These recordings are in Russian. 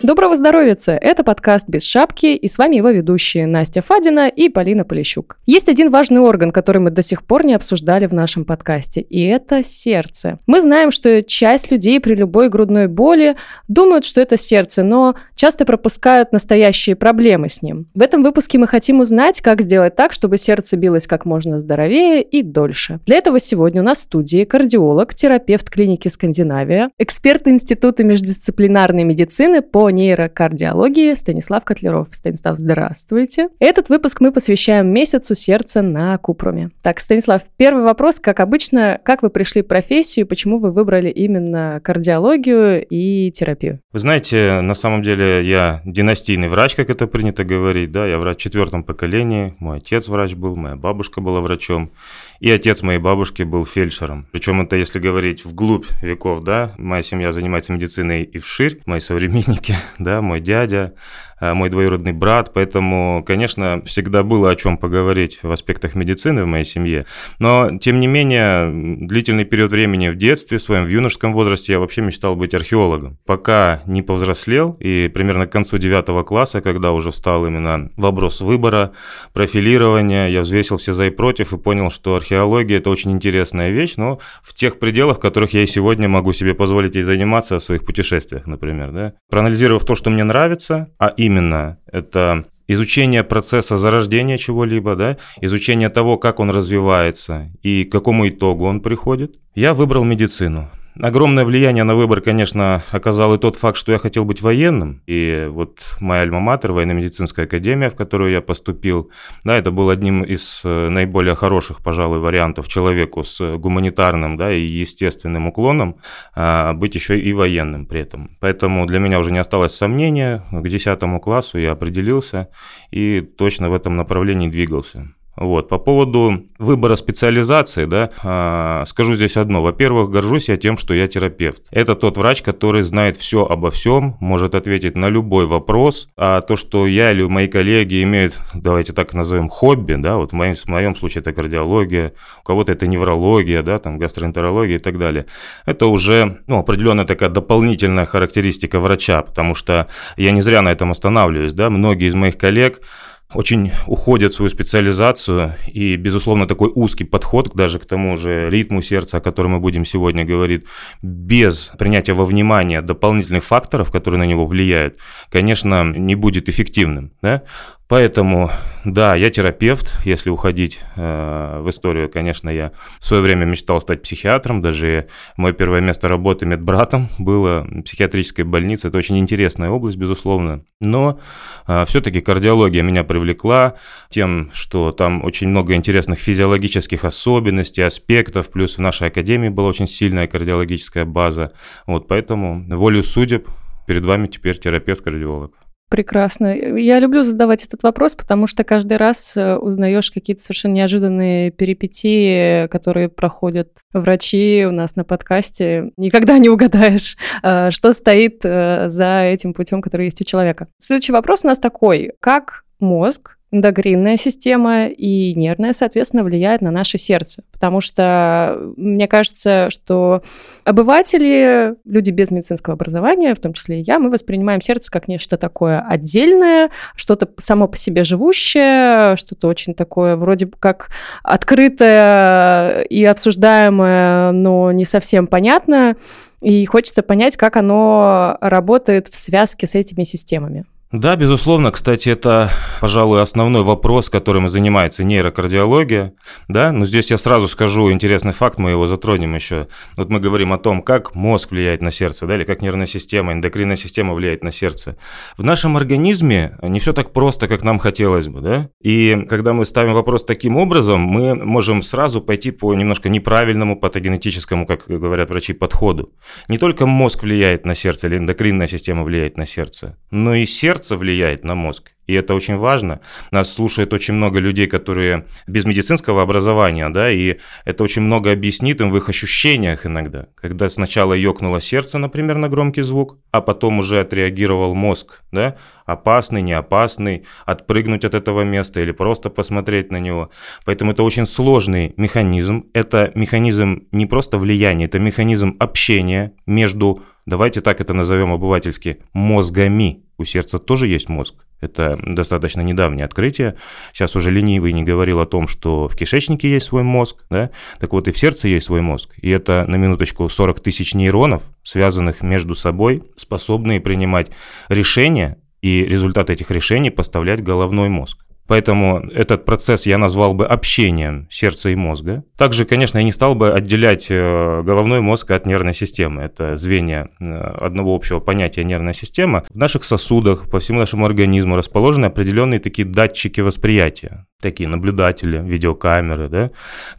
Доброго здоровица! Это подкаст «Без шапки», и с вами его ведущие Настя Фадина и Полина Полищук. Есть один важный орган, который мы до сих пор не обсуждали в нашем подкасте, и это сердце. Мы знаем, что часть людей при любой грудной боли думают, что это сердце, но часто пропускают настоящие проблемы с ним. В этом выпуске мы хотим узнать, как сделать так, чтобы сердце билось как можно здоровее и дольше. Для этого сегодня у нас в студии кардиолог, терапевт клиники «Скандинавия», эксперт Института междисциплинарной медицины по нейрокардиологии Станислав Котляров. Станислав, здравствуйте. Этот выпуск мы посвящаем месяцу сердца на Купруме. Так, Станислав, первый вопрос, как обычно, как вы пришли в профессию, почему вы выбрали именно кардиологию и терапию? Вы знаете, на самом деле я династийный врач, как это принято говорить, да, я врач в 4-м поколении, мой отец врач был, моя бабушка была врачом, и отец моей бабушки был фельдшером. Причем это, если говорить вглубь веков, да, моя семья занимается медициной и вширь, мои современники, да, мой дядя, мой двоюродный брат, поэтому, конечно, всегда было о чем поговорить в аспектах медицины в моей семье, но, тем не менее, длительный период времени в детстве, в своем в юношеском возрасте я вообще мечтал быть археологом. Пока не повзрослел, и примерно к концу 9 класса, когда уже встал именно вопрос выбора, профилирования, я взвесил все за и против и понял, что археология – это очень интересная вещь, но в тех пределах, в которых я и сегодня могу себе позволить ей заниматься в своих путешествиях, например, да. Проанализировав то, что мне нравится, а именно это изучение процесса зарождения чего-либо, да, изучение того, как он развивается и к какому итогу он приходит, я выбрал медицину. Огромное влияние на выбор, конечно, оказал и тот факт, что я хотел быть военным. И вот моя альма-матер, военно-медицинская академия, в которую я поступил, да, это был одним из наиболее хороших, пожалуй, вариантов человеку с гуманитарным, да, и естественным уклоном, быть еще и военным при этом. Поэтому для меня уже не осталось сомнения, к 10 классу я определился и точно в этом направлении двигался. Вот. По поводу выбора специализации, да, скажу здесь одно. Во-первых, горжусь я тем, что я терапевт. Это тот врач, который знает все обо всем, может ответить на любой вопрос. А то, что я или мои коллеги имеют, давайте так назовем, хобби, да, вот в моем случае это кардиология, у кого-то это неврология, да, там гастроэнтерология и так далее. Это уже, определенная такая дополнительная характеристика врача, потому что я не зря на этом останавливаюсь, да, многие из моих коллег очень уходят в свою специализацию, и, безусловно, такой узкий подход даже к тому же ритму сердца, о котором мы будем сегодня говорить, без принятия во внимание дополнительных факторов, которые на него влияют, конечно, не будет эффективным, да? Поэтому, да, я терапевт, если уходить в историю, конечно, я в свое время мечтал стать психиатром, даже мое первое место работы медбратом было в психиатрической больнице, это очень интересная область, безусловно, но все-таки кардиология меня привлекла тем, что там очень много интересных физиологических особенностей, аспектов, плюс в нашей академии была очень сильная кардиологическая база, вот, поэтому волею судеб перед вами теперь терапевт-кардиолог. Прекрасно. Я люблю задавать этот вопрос, потому что каждый раз узнаешь какие-то совершенно неожиданные перипетии, которые проходят врачи у нас на подкасте. Никогда не угадаешь, что стоит за этим путем, который есть у человека. Следующий вопрос у нас такой. Как мозг, эндокринная система и нервная, соответственно, влияет на наше сердце. Потому что мне кажется, что обыватели, люди без медицинского образования, в том числе и я, мы воспринимаем сердце как нечто такое отдельное, что-то само по себе живущее, что-то очень такое вроде бы как открытое и обсуждаемое, но не совсем понятное. И хочется понять, как оно работает в связке с этими системами. Да, безусловно, кстати, это, пожалуй, основной вопрос, которым и занимается нейрокардиология, да, но здесь я сразу скажу интересный факт, мы его затронем еще. Вот мы говорим о том, как мозг влияет на сердце, да, или как нервная система, эндокринная система влияет на сердце. В нашем организме не все так просто, как нам хотелось бы, да, и когда мы ставим вопрос таким образом, мы можем сразу пойти по немножко неправильному патогенетическому, как говорят врачи, подходу. Не только мозг влияет на сердце, или эндокринная система влияет на сердце, но и сердце влияет на мозг. И это очень важно. Нас слушает очень много людей, которые без медицинского образования, да, и это очень много объяснит им в их ощущениях иногда. Когда сначала ёкнуло сердце, например, на громкий звук, а потом уже отреагировал мозг, да, опасный, не опасный, отпрыгнуть от этого места или просто посмотреть на него. Поэтому это очень сложный механизм. Это механизм не просто влияния, это механизм общения между давайте так это назовем обывательски, мозгами. У сердца тоже есть мозг. Это достаточно недавнее открытие. Сейчас уже ленивый не говорил о том, что в кишечнике есть свой мозг, да? Так вот и в сердце есть свой мозг. И это, на минуточку, 40 тысяч нейронов, связанных между собой, способные принимать решения, и результат этих решений поставлять в головной мозг. Поэтому этот процесс я назвал бы общением сердца и мозга. Также, конечно, я не стал бы отделять головной мозг от нервной системы. Это звенья одного общего понятия нервная система. В наших сосудах, по всему нашему организму расположены определенные такие датчики восприятия. Такие наблюдатели, видеокамеры, да,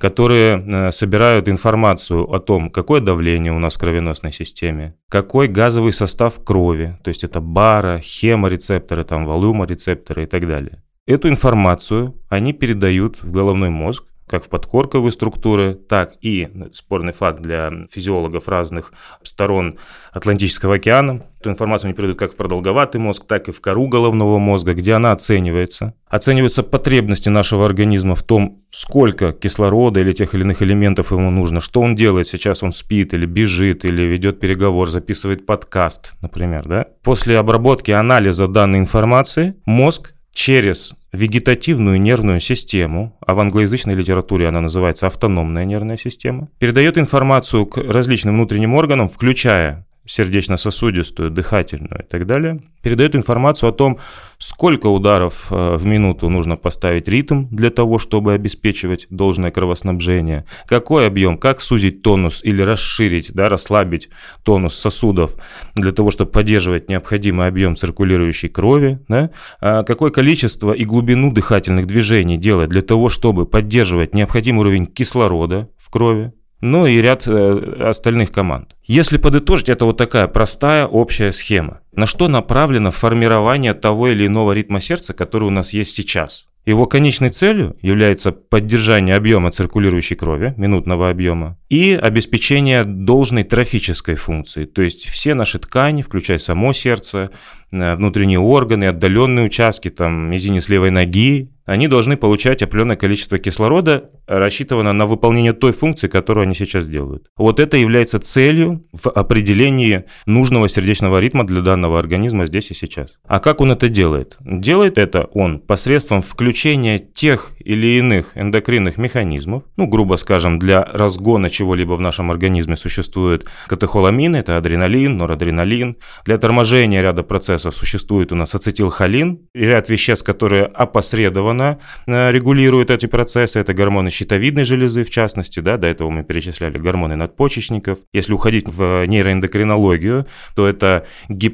которые собирают информацию о том, какое давление у нас в кровеносной системе, какой газовый состав крови, то есть это бара, хеморецепторы, там, волюморецепторы и так далее. Эту информацию они передают в головной мозг, как в подкорковые структуры, так и, спорный факт для физиологов разных сторон Атлантического океана, эту информацию они передают как в продолговатый мозг, так и в кору головного мозга, где она оценивается. Оцениваются потребности нашего организма в том, сколько кислорода или тех или иных элементов ему нужно, что он делает сейчас, он спит или бежит, или ведет переговор, записывает подкаст, например. Да? После обработки анализа данной информации мозг через вегетативную нервную систему, а в англоязычной литературе она называется автономная нервная система, передает информацию к различным внутренним органам, включая сердечно-сосудистую, дыхательную и так далее, передает информацию о том, сколько ударов в минуту нужно поставить ритм для того, чтобы обеспечивать должное кровоснабжение, какой объем, как сузить тонус или расширить, да, расслабить тонус сосудов для того, чтобы поддерживать необходимый объем циркулирующей крови, да, какое количество и глубину дыхательных движений делать для того, чтобы поддерживать необходимый уровень кислорода в крови, ну и ряд остальных команд. Если подытожить, это вот такая простая общая схема. На что направлено формирование того или иного ритма сердца, который у нас есть сейчас? Его конечной целью является поддержание объема циркулирующей крови, минутного объема, и обеспечение должной трофической функции. То есть все наши ткани, включая само сердце, внутренние органы, отдаленные участки, там, мизинец левой ноги, они должны получать определенное количество кислорода, рассчитанное на выполнение той функции, которую они сейчас делают. Вот это является целью в определении нужного сердечного ритма для данного организма здесь и сейчас. А как он это делает? Делает это он посредством включения тех или иных эндокринных механизмов. Ну, грубо скажем, для разгона чего-либо в нашем организме существуют катехоламины, это адреналин, норадреналин. Для торможения ряда процессов существует у нас ацетилхолин, ряд веществ, которые опосредованно регулируют эти процессы. Это гормоны щитовидной железы, в частности, да, до этого мы перечисляли гормоны надпочечников. Если уходить в нейроэндокринологию, то это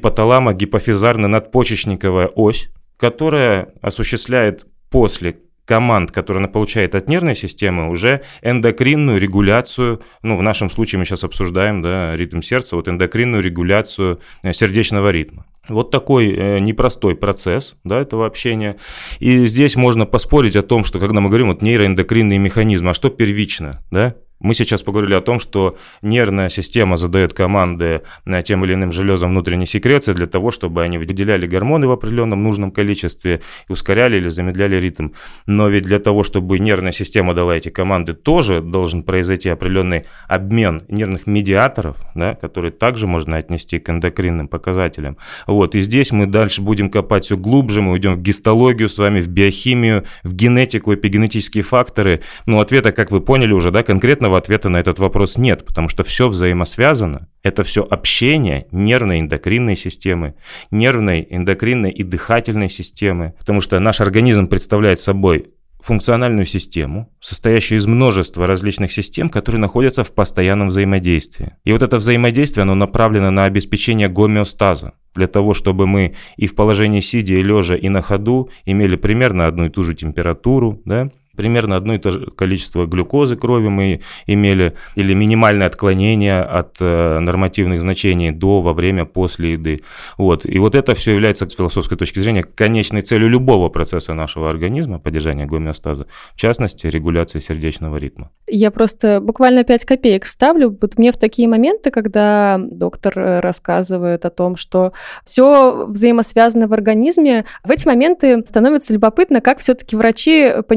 гипоталамо-гипофизарно-надпочечниковая ось, которая осуществляет после команд, которые она получает от нервной системы, уже эндокринную регуляцию, ну, в нашем случае мы сейчас обсуждаем, да, ритм сердца, вот эндокринную регуляцию сердечного ритма. Вот такой непростой процесс, да, этого общения. И здесь можно поспорить о том, что когда мы говорим вот нейроэндокринные механизмы, а что первично, да? Мы сейчас поговорили о том, что нервная система задает команды тем или иным железам внутренней секреции для того, чтобы они выделяли гормоны в определенном нужном количестве и ускоряли или замедляли ритм. Но ведь для того, чтобы нервная система дала эти команды, тоже должен произойти определенный обмен нервных медиаторов, да, который также можно отнести к эндокринным показателям. Вот, и здесь мы дальше будем копать все глубже, мы уйдем в гистологию с вами, в биохимию, в генетику, эпигенетические факторы. Но ответа, как вы поняли уже, да, конкретно ответа на этот вопрос нет, потому что все взаимосвязано. Это все общение нервной эндокринной системы, нервной, эндокринной и дыхательной системы, потому что наш организм представляет собой функциональную систему, состоящую из множества различных систем, которые находятся в постоянном взаимодействии. И вот это взаимодействие, оно направлено на обеспечение гомеостаза, для того, чтобы мы и в положении сидя, и лежа, и на ходу имели примерно одну и ту же температуру, да? Примерно одно и то же количество глюкозы крови мы имели, или минимальное отклонение от нормативных значений до, во время, после еды. Вот. И вот это все является с философской точки зрения конечной целью любого процесса нашего организма, поддержания гомеостаза, в частности, регуляции сердечного ритма. Я просто буквально 5 копеек вставлю. Вот мне в такие моменты, когда доктор рассказывает о том, что все взаимосвязано в организме, в эти моменты становится любопытно, как все-таки врачи понимают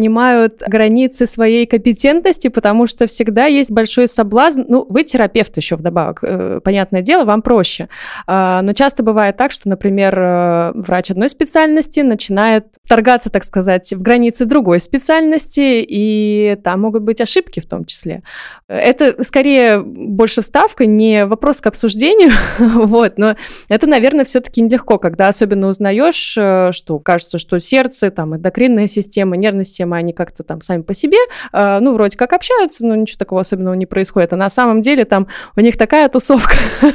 вот границы своей компетентности, потому что всегда есть большой соблазн. Ну, вы терапевт еще вдобавок, понятное дело, вам проще. Но часто бывает так, что, например, врач одной специальности начинает вторгаться, так сказать, в границы другой специальности, и там могут быть ошибки в том числе. Это скорее больше вставка, не вопрос к обсуждению, вот, но это, наверное, все-таки нелегко, когда особенно узнаешь, что кажется, что сердце, там, эндокринная система, нервная система, они как-то там сами по себе, ну, вроде как общаются, но ничего такого особенного не происходит. А на самом деле там у них такая тусовка,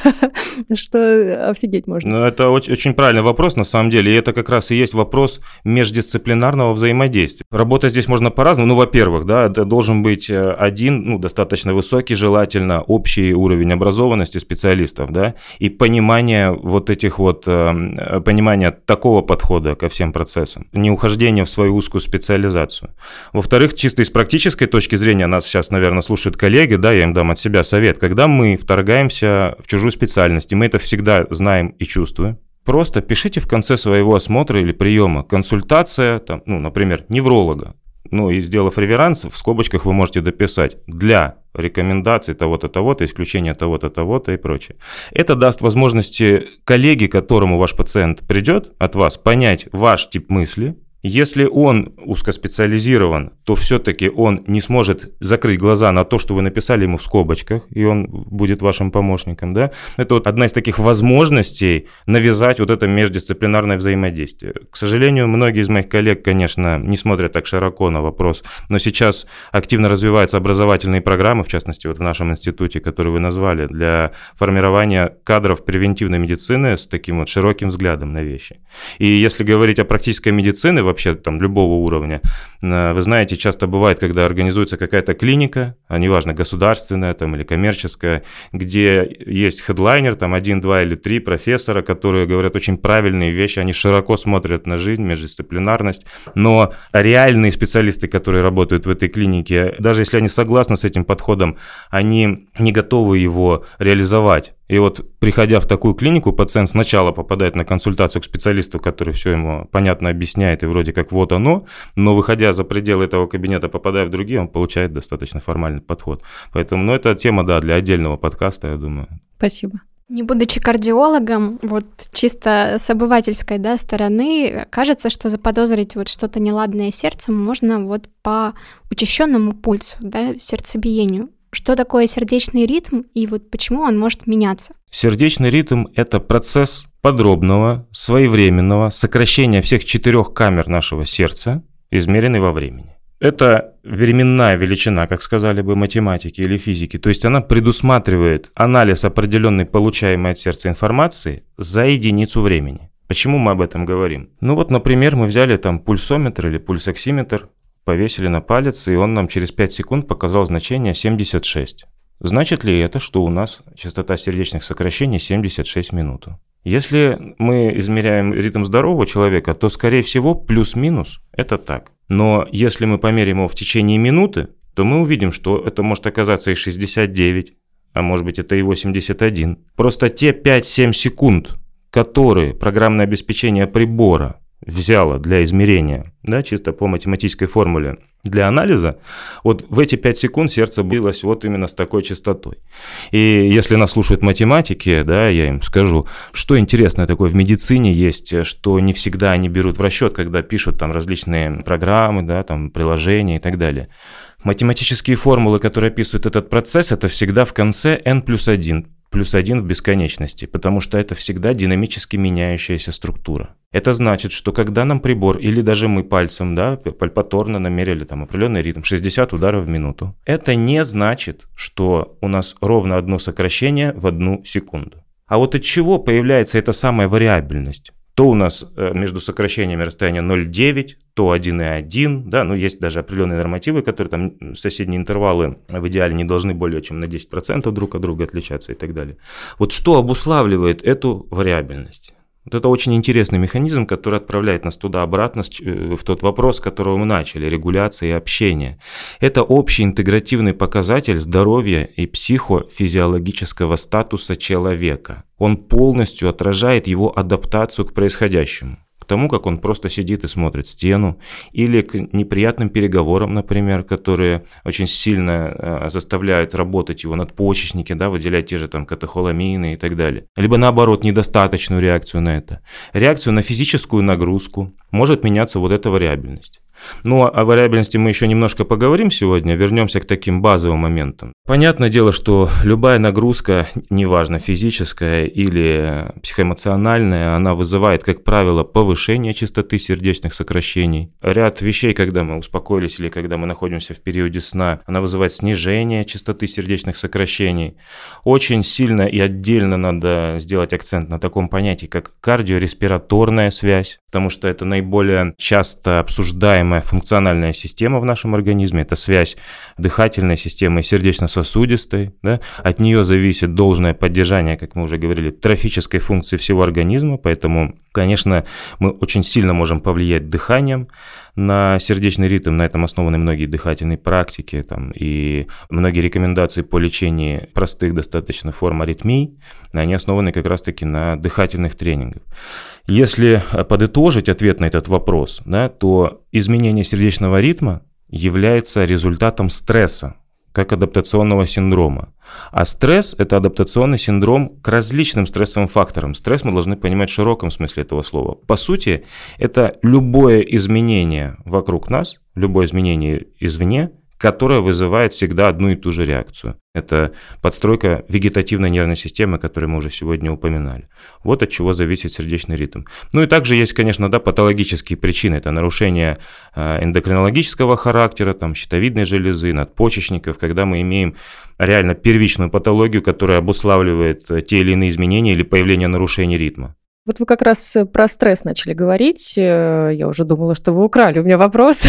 что офигеть можно. Ну, это очень правильный вопрос, на самом деле, и это как раз и есть вопрос междисциплинарного взаимодействия. Работать здесь можно по-разному. Ну, во-первых, да, это должен быть один, ну, достаточно высокий, желательно, общий уровень образованности специалистов, да, и понимание вот этих вот, понимание такого подхода ко всем процессам, не ухождение в свою узкую специализацию. Во-вторых, чисто из практической точки зрения, нас сейчас, наверное, слушают коллеги, да, я им дам от себя совет, когда мы вторгаемся в чужую специальность, и мы это всегда знаем и чувствуем, просто пишите в конце своего осмотра или приема консультация, там, ну, например, невролога. Ну, и сделав реверанс, в скобочках вы можете дописать «для рекомендаций того-то, того-то, исключения того-то, того-то» и прочее. Это даст возможности коллеге, к которому ваш пациент придет от вас, понять ваш тип мысли. Если он узкоспециализирован, то все-таки он не сможет закрыть глаза на то, что вы написали ему в скобочках, и он будет вашим помощником, да? Это вот одна из таких возможностей навязать вот это междисциплинарное взаимодействие. К сожалению, многие из моих коллег, конечно, не смотрят так широко на вопрос, но сейчас активно развиваются образовательные программы, в частности, вот в нашем институте, который вы назвали, для формирования кадров превентивной медицины с таким вот широким взглядом на вещи. И если говорить о практической медицине, вообще там любого уровня. Вы знаете, часто бывает, когда организуется какая-то клиника, неважно, государственная там или коммерческая, где есть хедлайнер, там 1, 2 или 3 профессора, которые говорят очень правильные вещи, они широко смотрят на жизнь, междисциплинарность, но реальные специалисты, которые работают в этой клинике, даже если они согласны с этим подходом, они не готовы его реализовать. И вот, приходя в такую клинику, пациент сначала попадает на консультацию к специалисту, который все ему понятно объясняет, и вроде как вот оно, но выходя за пределы этого кабинета, попадая в другие, он получает достаточно формальный подход. Поэтому, ну, это тема, да, для отдельного подкаста, я думаю. Спасибо. Не будучи кардиологом, вот чисто с обывательской, да, стороны, кажется, что заподозрить вот что-то неладное с сердцем можно вот по учащенному пульсу, да, сердцебиению. Что такое сердечный ритм и вот почему он может меняться? Сердечный ритм – это процесс подробного, своевременного сокращения всех 4 камер нашего сердца, измеренный во времени. Это временная величина, как сказали бы математики или физики, то есть она предусматривает анализ определенной получаемой от сердца информации за единицу времени. Почему мы об этом говорим? Ну вот, например, мы взяли там пульсометр или пульсоксиметр, повесили на палец, и он нам через 5 секунд показал значение 76. Значит ли это, что у нас частота сердечных сокращений 76 в минуту? Если мы измеряем ритм здорового человека, то, скорее всего, плюс-минус это так. Но если мы померяем его в течение минуты, то мы увидим, что это может оказаться и 69, а может быть это и 81. Просто те 5-7 секунд, которые программное обеспечение прибора взяло для измерения, да, чисто по математической формуле для анализа, вот в эти 5 секунд сердце билось вот именно с такой частотой. И если нас слушают математики, да, я им скажу, что интересное такое в медицине есть, что не всегда они берут в расчет, когда пишут там различные программы, да, там приложения и так далее. Математические формулы, которые описывают этот процесс, это всегда в конце n+1. +1 в бесконечности, потому что это всегда динамически меняющаяся структура. Это значит, что когда нам прибор или даже мы пальцем, да, пальпаторно намерили там определенный ритм, 60 ударов в минуту, это не значит, что у нас ровно одно сокращение в 1 секунду. А вот от чего появляется эта самая вариабельность? То у нас между сокращениями расстояние 0,9, то 1,1, да, ну есть даже определенные нормативы, которые там соседние интервалы в идеале не должны более чем на 10% друг от друга отличаться и так далее. Вот что обуславливает эту вариабельность? Вот это очень интересный механизм, который отправляет нас туда-обратно в тот вопрос, с которого мы начали, регуляция и общение. Это общий интегративный показатель здоровья и психофизиологического статуса человека. Он полностью отражает его адаптацию к происходящему. к тому, как он просто сидит и смотрит в стену, или к неприятным переговорам, например, которые очень сильно заставляют работать его надпочечники, да, выделять те же там катехоламины и так далее. Либо наоборот, недостаточную реакцию на это. Реакцию на физическую нагрузку может меняться вот эта вариабельность. Ну, о вариабельности мы еще немножко поговорим сегодня, вернемся к таким базовым моментам. Понятное дело, что любая нагрузка, неважно, физическая или психоэмоциональная, она вызывает, как правило, повышение частоты сердечных сокращений. Ряд вещей, когда мы успокоились или когда мы находимся в периоде сна, она вызывает снижение частоты сердечных сокращений. Очень сильно и отдельно надо сделать акцент на таком понятии, как кардиореспираторная связь, потому что это наиболее часто обсуждаемая функциональная система в нашем организме. Это связь дыхательной системы и сердечно-сосудистой. Да? От нее зависит должное поддержание, как мы уже говорили, трофической функции всего организма. Поэтому, конечно, мы очень сильно можем повлиять дыханием на сердечный ритм. На этом основаны многие дыхательные практики там, и многие рекомендации по лечению простых достаточно форм аритмий. Они основаны как раз-таки на дыхательных тренингах. Если подытожить ответ на этот вопрос, да, то изменение сердечного ритма является результатом стресса, как адаптационного синдрома. А стресс – это адаптационный синдром к различным стрессовым факторам. Стресс мы должны понимать в широком смысле этого слова. По сути, это любое изменение вокруг нас, любое изменение извне, которая вызывает всегда одну и ту же реакцию. Это подстройка вегетативной нервной системы, которую мы уже сегодня упоминали. Вот от чего зависит сердечный ритм. Ну и также есть, конечно, да, патологические причины. Это нарушение эндокринологического характера, там, щитовидной железы, надпочечников, когда мы имеем реально первичную патологию, которая обуславливает те или иные изменения или появление нарушений ритма. Вот вы как раз про стресс начали говорить. Я уже думала, что вы украли у меня вопрос,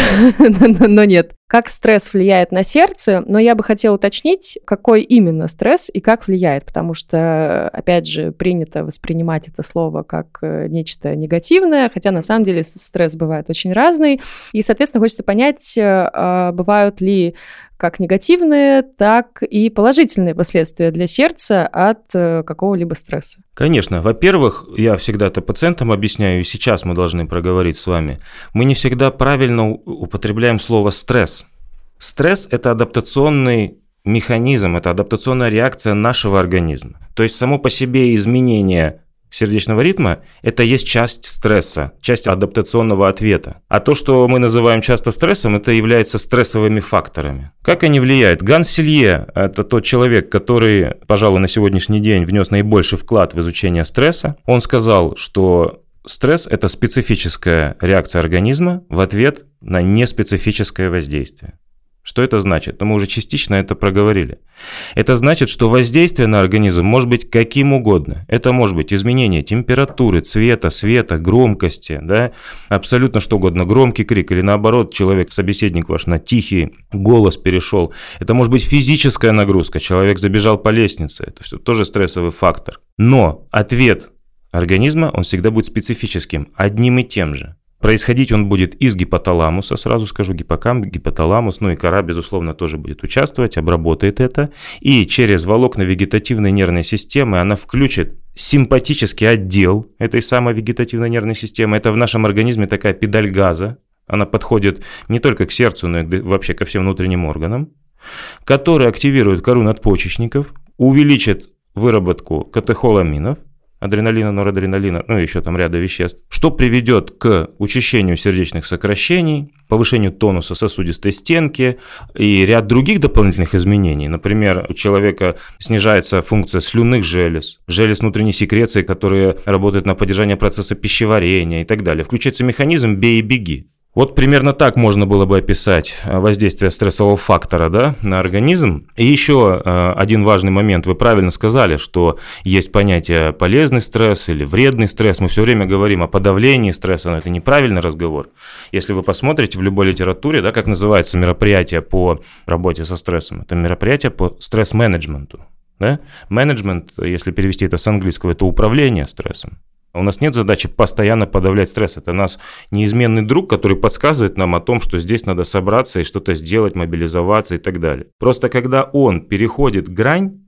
но нет. Как стресс влияет на сердце? Но я бы хотела уточнить, какой именно стресс и как влияет, потому что, опять же, принято воспринимать это слово как нечто негативное, хотя на самом деле стресс бывает очень разный. И, соответственно, хочется понять, бывают ли как негативные, так и положительные последствия для сердца от какого-либо стресса. Конечно. Во-первых, я всегда это пациентам объясняю, и сейчас мы должны проговорить с вами. Мы не всегда правильно употребляем слово «стресс». Стресс – это адаптационный механизм, это адаптационная реакция нашего организма. То есть само по себе изменение сердечного ритма – это есть часть стресса, часть адаптационного ответа. А то, что мы называем часто стрессом, это является стрессовыми факторами. Как они влияют? Ганс Силье – это тот человек, который, пожалуй, на сегодняшний день внес наибольший вклад в изучение стресса. Он сказал, что стресс – это специфическая реакция организма в ответ на неспецифическое воздействие. Что это значит? Мы уже частично это проговорили. Это значит, что воздействие на организм может быть каким угодно. Это может быть изменение температуры, цвета, света, громкости, да? Абсолютно что угодно. Громкий крик или наоборот, человек, собеседник ваш на тихий голос перешел. Это может быть физическая нагрузка. Человек забежал по лестнице. Это все тоже стрессовый фактор. Но ответ организма, он всегда будет специфическим, одним и тем же. Происходить он будет из гипоталамуса, сразу скажу, гиппокамп, гипоталамус, ну и кора, безусловно, тоже будет участвовать, обработает это. И через волокна вегетативной нервной системы она включит симпатический отдел этой самой вегетативной нервной системы. Это в нашем организме такая педаль газа. Она подходит не только к сердцу, но и вообще ко всем внутренним органам, который активирует кору надпочечников, увеличит выработку катехоламинов, адреналина, норадреналина, ну и еще там ряда веществ, что приведет к учащению сердечных сокращений, повышению тонуса сосудистой стенки и ряд других дополнительных изменений. Например, у человека снижается функция слюнных желез, желез внутренней секреции, которые работают на поддержание процесса пищеварения и так далее. Включается механизм «бей и беги». Вот примерно так можно было бы описать воздействие стрессового фактора, да, на организм. И еще один важный момент. Вы правильно сказали, что есть понятие полезный стресс или вредный стресс. Мы все время говорим о подавлении стресса, но это неправильный разговор. Если вы посмотрите в любой литературе, да, как называется мероприятие по работе со стрессом, это мероприятие по стресс-менеджменту. Да? Менеджмент, если перевести это с английского, это управление стрессом. У нас нет задачи постоянно подавлять стресс. Это наш неизменный друг, который подсказывает нам о том, что здесь надо собраться и что-то сделать, мобилизоваться и так далее. Просто когда он переходит грань,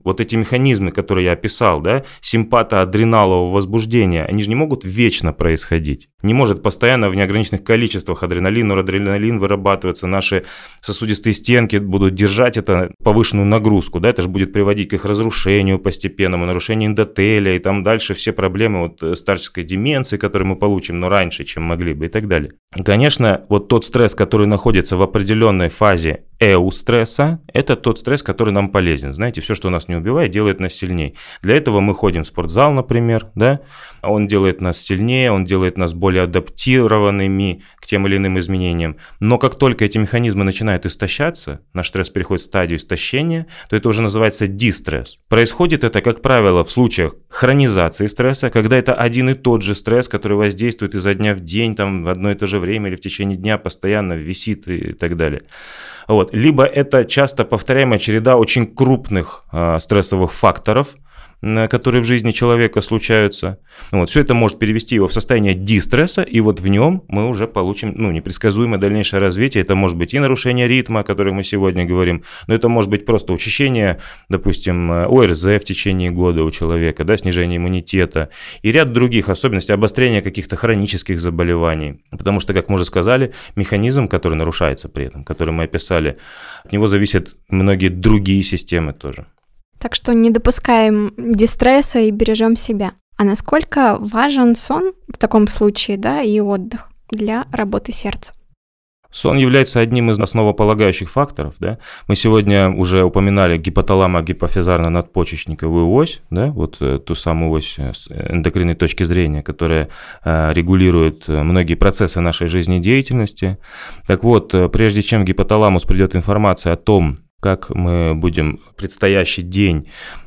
вот эти механизмы, которые я описал, да, симпатоадреналового возбуждения, они же не могут вечно происходить. Не может постоянно в неограниченных количествах адреналин, норадреналин вырабатываться, наши сосудистые стенки будут держать это повышенную нагрузку, да, это же будет приводить к их разрушению постепенному, нарушению эндотелия и там дальше все проблемы вот старческой деменции, которые мы получим, но раньше, чем могли бы и так далее. Конечно, вот тот стресс, который находится в определенной фазе эустресса, это тот стресс, который нам полезен. Знаете, все, что нас не убивает, делает нас сильнее. Для этого мы ходим в спортзал, например, да, он делает нас сильнее, он делает нас более адаптированными к тем или иным изменениям. Но как только эти механизмы начинают истощаться, наш стресс переходит в стадию истощения, то это уже называется дистресс. Происходит это, как правило, в случаях хронизации стресса, когда это один и тот же стресс, который воздействует изо дня в день, там, в одно и то же время или в течение дня постоянно висит и так далее. Вот. Либо это часто повторяемая череда очень крупных стрессовых факторов, которые в жизни человека случаются. Вот. Все это может перевести его в состояние дистресса, и вот в нем мы уже получим непредсказуемое дальнейшее развитие. Это может быть и нарушение ритма, о котором мы сегодня говорим, но это может быть просто учащение, допустим, ОРЗ в течение года у человека, да, снижение иммунитета и ряд других особенностей, обострение каких-то хронических заболеваний. Потому что, как мы уже сказали, механизм, который нарушается при этом, который мы описали, от него зависят многие другие системы тоже. Так что не допускаем дистресса и бережем себя. А насколько важен сон в таком случае, да, и отдых для работы сердца? Сон является одним из основополагающих факторов. Да? Мы сегодня уже упоминали гипоталамо-гипофизарно-надпочечниковую ось, да? Вот ту самую ось с эндокринной точки зрения, которая регулирует многие процессы нашей жизнедеятельности. Так вот, прежде чем в гипоталамус придет информация о том, как мы будем предстоящий день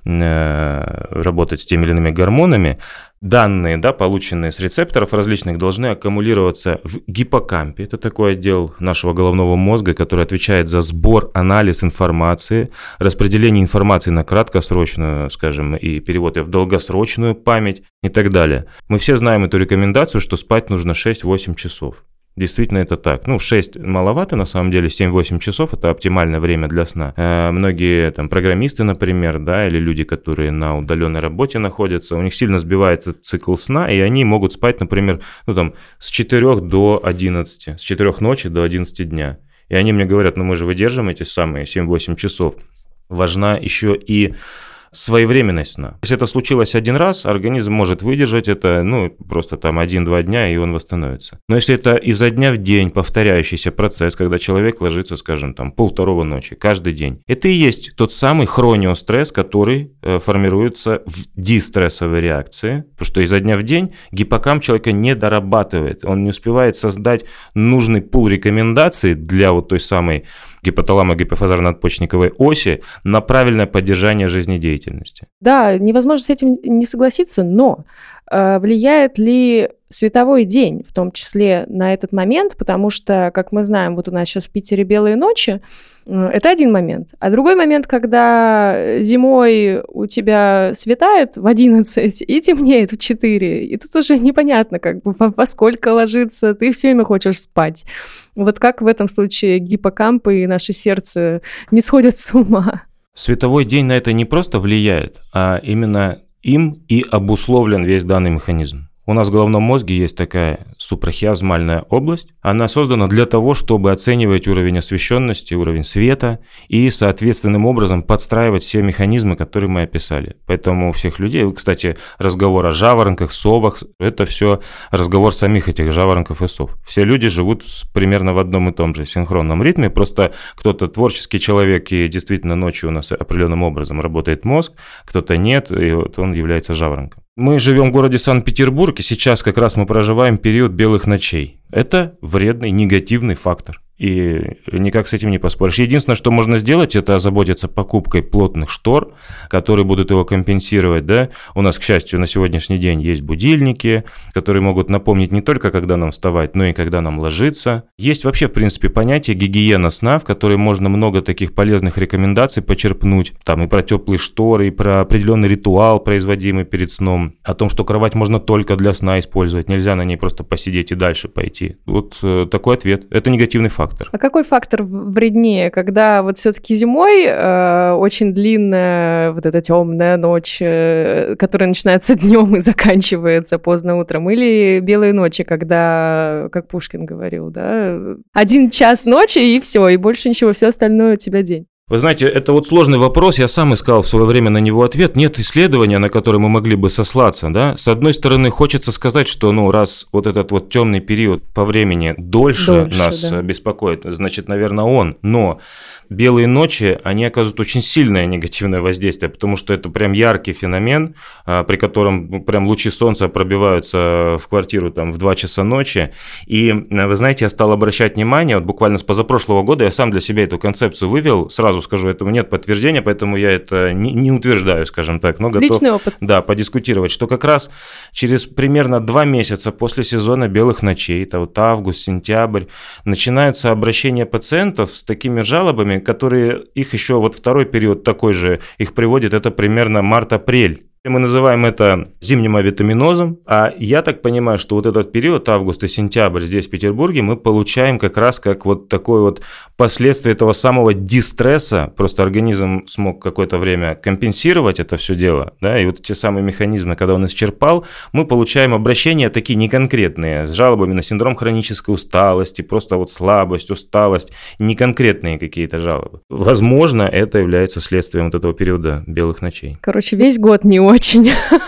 работать с теми или иными гормонами, данные, да, полученные с рецепторов различных, должны аккумулироваться в гиппокампе. Это такой отдел нашего головного мозга, который отвечает за сбор, анализ информации, распределение информации на краткосрочную, скажем, и перевод ее в долгосрочную память и так далее. Мы все знаем эту рекомендацию, что спать нужно 6-8 часов. Действительно, это так. 6 маловато, на самом деле, 7-8 часов – это оптимальное время для сна. Многие там программисты, например, да, или люди, которые на удаленной работе находятся, у них сильно сбивается цикл сна, и они могут спать, например, с 4 до 11, с 4 ночи до 11 дня. И они мне говорят, мы же выдержим эти самые 7-8 часов. Важна еще и своевременность сна. Если это случилось один раз, организм может выдержать это, просто там 1-2 дня, и он восстановится. Но если это изо дня в день повторяющийся процесс, когда человек ложится, скажем, там 1:30 ночи, каждый день, это и есть тот самый хрониостресс, который формируется в дистрессовой реакции, потому что изо дня в день гиппокамп человека не дорабатывает, он не успевает создать нужный пул рекомендаций для вот той самой гипоталамо-гипофизарно-надпочечниковой оси на правильное поддержание жизнедеятельности. Да, невозможно с этим не согласиться, но влияет ли световой день, в том числе на этот момент, потому что, как мы знаем, вот у нас сейчас в Питере белые ночи, это один момент. А другой момент, когда зимой у тебя светает в 11 и темнеет в 4, и тут уже непонятно, во сколько ложиться, ты все время хочешь спать. Вот как в этом случае гиппокамп и наше сердце не сходят с ума? Световой день на это не просто влияет, а именно им и обусловлен весь данный механизм. У нас в головном мозге есть такая супрахиазмальная область. Она создана для того, чтобы оценивать уровень освещенности, уровень света и соответственным образом подстраивать все механизмы, которые мы описали. Поэтому у всех людей, кстати, разговор о жаворонках, совах, это все разговор самих этих жаворонков и сов. Все люди живут примерно в одном и том же синхронном ритме, просто кто-то творческий человек и действительно ночью у нас определенным образом работает мозг, кто-то нет, и вот он является жаворонком. Мы живем в городе Санкт-Петербург, и сейчас как раз мы проживаем период белых ночей. Это вредный, негативный фактор. И никак с этим не поспоришь. Единственное, что можно сделать, это озаботиться покупкой плотных штор, которые будут его компенсировать. Да? У нас, к счастью, на сегодняшний день есть будильники, которые могут напомнить не только, когда нам вставать, но и когда нам ложиться. Есть вообще, в принципе, понятие гигиена сна, в которой можно много таких полезных рекомендаций почерпнуть. Там и про теплые шторы, и про определенный ритуал, производимый перед сном. О том, что кровать можно только для сна использовать. Нельзя на ней просто посидеть и дальше пойти. Вот такой ответ. Это негативный фактор. фактор. А какой фактор вреднее, когда вот все-таки зимой очень длинная вот эта темная ночь, которая начинается днем и заканчивается поздно утром, или белые ночи, когда, как Пушкин говорил, да, 1 час ночи и все, и больше ничего, все остальное у тебя день? Вы знаете, это вот сложный вопрос, я сам искал в свое время на него ответ. Нет исследования, на которое мы могли бы сослаться, да. С одной стороны, хочется сказать, что, раз вот этот вот темный период по времени дольше нас беспокоит, значит, наверное, он. Но белые ночи, они оказывают очень сильное негативное воздействие, потому что это прям яркий феномен, при котором прям лучи солнца пробиваются в квартиру там в 2 часа ночи. И, вы знаете, я стал обращать внимание, вот буквально с позапрошлого года я сам для себя эту концепцию вывел, сразу скажу, этому нет подтверждения, поэтому я это не утверждаю, скажем так, но готов, личный опыт. Да, подискутировать, что как раз через примерно 2 месяца после сезона белых ночей, это вот август, сентябрь, начинается обращение пациентов с такими жалобами, которые их еще вот второй период такой же их приводит, это примерно март-апрель. Мы называем это зимним авитаминозом, а я так понимаю, что вот этот период, август и сентябрь здесь, в Петербурге, мы получаем как раз как вот такое вот последствие этого самого дистресса, просто организм смог какое-то время компенсировать это все дело, да, и вот те самые механизмы, когда он исчерпал, мы получаем обращения такие неконкретные, с жалобами на синдром хронической усталости, просто вот слабость, усталость, неконкретные какие-то жалобы. Возможно, это является следствием вот этого периода белых ночей. Короче, весь год не очень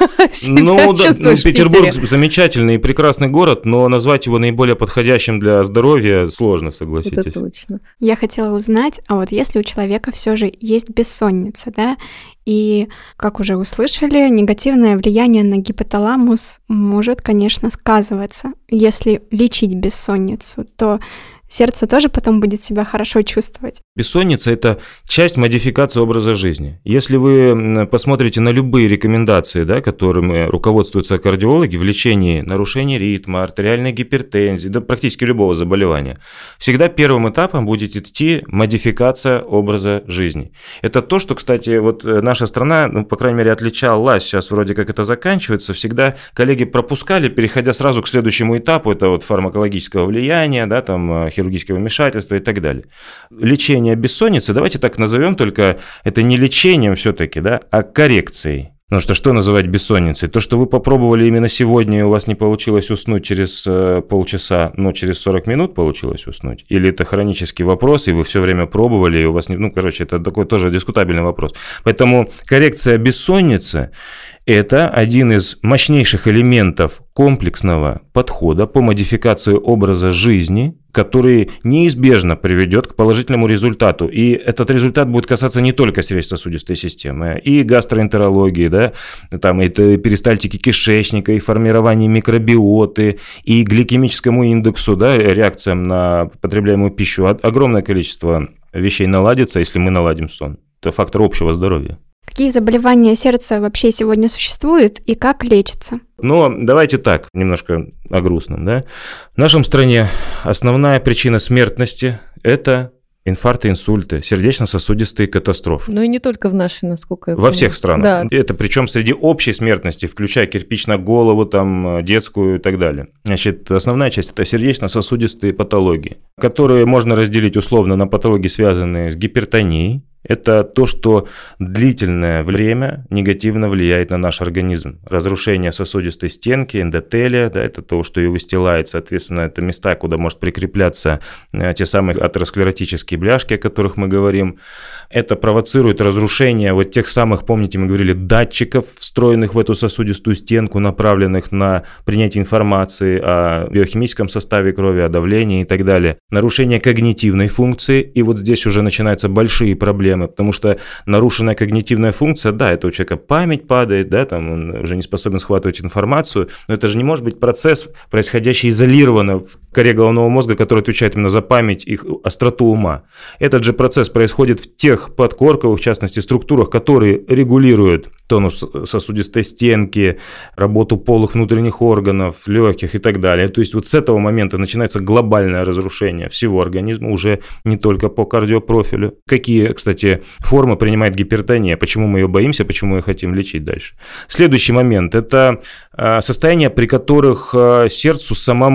чувствуешь Петербург замечательный и прекрасный город, но назвать его наиболее подходящим для здоровья сложно, согласитесь. Это точно. Я хотела узнать, а вот если у человека все же есть бессонница, да, и, как уже услышали, негативное влияние на гипоталамус может, конечно, сказываться. Если лечить бессонницу, то сердце тоже потом будет себя хорошо чувствовать. Бессонница – это часть модификации образа жизни. Если вы посмотрите на любые рекомендации, да, которыми руководствуются кардиологи в лечении нарушений ритма, артериальной гипертензии, да практически любого заболевания, всегда первым этапом будет идти модификация образа жизни. Это то, что, кстати, вот наша страна, по крайней мере, отличалась, сейчас вроде как это заканчивается, всегда коллеги пропускали, переходя сразу к следующему этапу, это вот фармакологического влияния, да, там, хирургического вмешательства и так далее. Лечение бессонницы, давайте так назовем, только это не лечением все-таки, да, а коррекцией. Потому что называть бессонницей? То, что вы попробовали именно сегодня, и у вас не получилось уснуть через полчаса, но через 40 минут получилось уснуть? Или это хронический вопрос, и вы все время пробовали, и у вас не... это такой тоже дискутабельный вопрос. Поэтому коррекция бессонницы – это один из мощнейших элементов комплексного подхода по модификации образа жизни, который неизбежно приведет к положительному результату. И этот результат будет касаться не только сердечно-сосудистой системы, и гастроэнтерологии, да, там, и перистальтики кишечника, и формирования микробиоты, и гликемическому индексу, да, реакциям на потребляемую пищу. Огромное количество вещей наладится, если мы наладим сон. Это фактор общего здоровья. Какие заболевания сердца вообще сегодня существуют и как лечатся? Но давайте так, немножко о грустном, да. В нашем стране основная причина смертности – это инфаркты, инсульты, сердечно-сосудистые катастрофы. Ну и не только в нашей, насколько я Во понимаю. всех странах. Да. Это причем среди общей смертности, включая кирпич на голову, там, детскую и так далее. Значит, основная часть – это сердечно-сосудистые патологии, которые можно разделить условно на патологии, связанные с гипертонией. Это то, что длительное время негативно влияет на наш организм. Разрушение сосудистой стенки, эндотелия, да, это то, что ее выстилает, соответственно, это места, куда может прикрепляться те самые атеросклеротические бляшки, о которых мы говорим. Это провоцирует разрушение вот тех самых, помните, мы говорили, датчиков, встроенных в эту сосудистую стенку, направленных на принятие информации о биохимическом составе крови, о давлении и так далее. Нарушение когнитивной функции, и вот здесь уже начинаются большие проблемы, потому что нарушенная когнитивная функция, да, это у человека память падает, да, там он уже не способен схватывать информацию, но это же не может быть процесс, происходящий изолированно в коре головного мозга, который отвечает именно за память и остроту ума. Этот же процесс происходит в тех подкорковых, в частности, структурах, которые регулируют тонус сосудистой стенки, работу полых внутренних органов, легких и так далее. То есть вот с этого момента начинается глобальное разрушение всего организма, уже не только по кардиопрофилю. Какие, кстати, формы принимает гипертония, почему мы ее боимся, почему мы ее хотим лечить дальше. Следующий момент – это состояния, при которых сердцу самому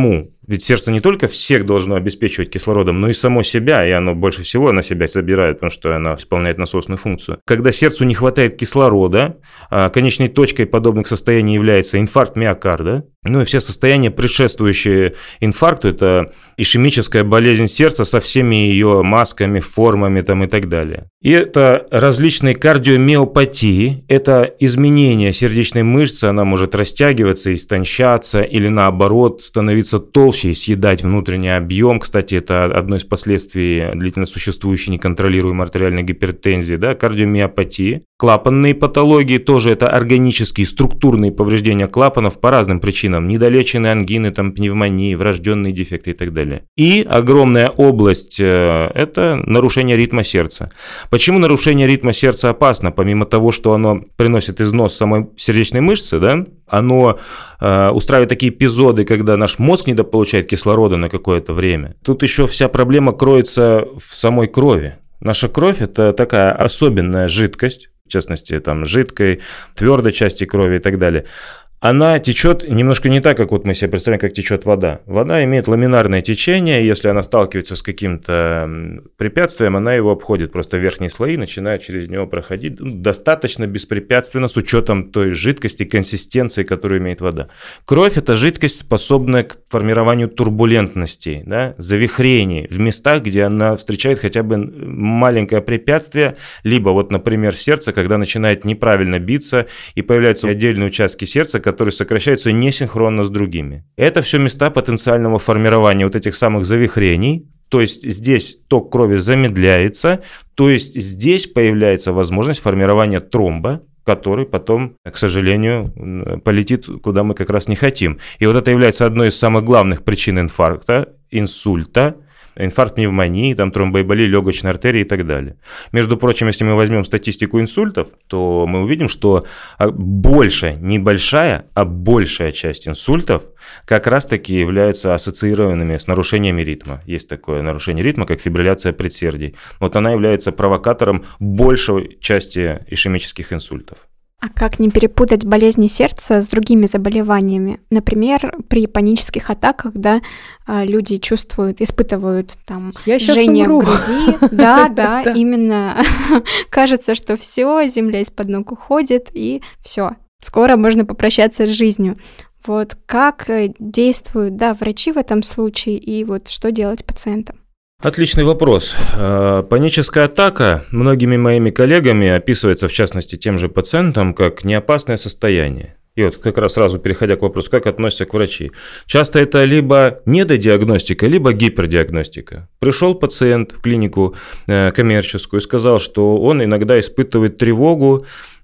Ведь сердце не только всех должно обеспечивать кислородом, но и само себя, и оно больше всего на себя забирает, потому что оно исполняет насосную функцию. Когда сердцу не хватает кислорода, конечной точкой подобных состояний является инфаркт миокарда. Ну и все состояния, предшествующие инфаркту, это ишемическая болезнь сердца со всеми ее масками, формами там, и так далее. И это различные кардиомиопатии, это изменение сердечной мышцы, она может растягиваться, истончаться или наоборот становиться толще и съедать внутренний объем. Кстати, это одно из последствий длительно существующей неконтролируемой артериальной гипертензии, да, кардиомиопатии. Клапанные патологии тоже это органические структурные повреждения клапанов по разным причинам, недолеченные ангины, там, пневмонии, врожденные дефекты и так далее. И огромная область – это нарушение ритма сердца. Почему нарушение ритма сердца опасно? Помимо того, что оно приносит износ самой сердечной мышцы, да, оно устраивает такие эпизоды, когда наш мозг недополучает кислорода на какое-то время. Тут еще вся проблема кроется в самой крови. Наша кровь – это такая особенная жидкость, в частности, там, жидкой, твердой части крови и так далее. Она течет немножко не так, как вот мы себе представляем, как течет вода. Вода имеет ламинарное течение, и если она сталкивается с каким-то препятствием, она его обходит, просто верхние слои начинают через него проходить достаточно беспрепятственно с учетом той жидкости, консистенции, которую имеет вода. Кровь – это жидкость, способная к формированию турбулентностей, да, завихрений в местах, где она встречает хотя бы маленькое препятствие, либо вот, например, сердце, когда начинает неправильно биться и появляются отдельные участки сердца, которые сокращаются несинхронно с другими. Это все места потенциального формирования вот этих самых завихрений, то есть здесь ток крови замедляется, то есть здесь появляется возможность формирования тромба, который потом, к сожалению, полетит, куда мы как раз не хотим. И вот это является одной из самых главных причин инфаркта, инсульта, инфаркт пневмонии, там, тромбоэмболии легочной артерии и так далее. Между прочим, если мы возьмем статистику инсультов, то мы увидим, что большая, не большая, а большая часть инсультов как раз-таки являются ассоциированными с нарушениями ритма. Есть такое нарушение ритма, как фибрилляция предсердий. Вот она является провокатором большей части ишемических инсультов. А как не перепутать болезни сердца с другими заболеваниями? Например, при панических атаках, да, люди чувствуют, испытывают там жжение в груди. Да, именно. Кажется, что все, земля из-под ног уходит, и все. Скоро можно попрощаться с жизнью. Вот как действуют, да, врачи в этом случае, и вот что делать пациентам? Отличный вопрос. Паническая атака многими моими коллегами описывается, в частности, тем же пациентам, как неопасное состояние. И вот как раз сразу переходя к вопросу, как относятся к врачи. Часто это либо недодиагностика, либо гипердиагностика. Пришел пациент в клинику коммерческую и сказал, что он иногда испытывает тревогу,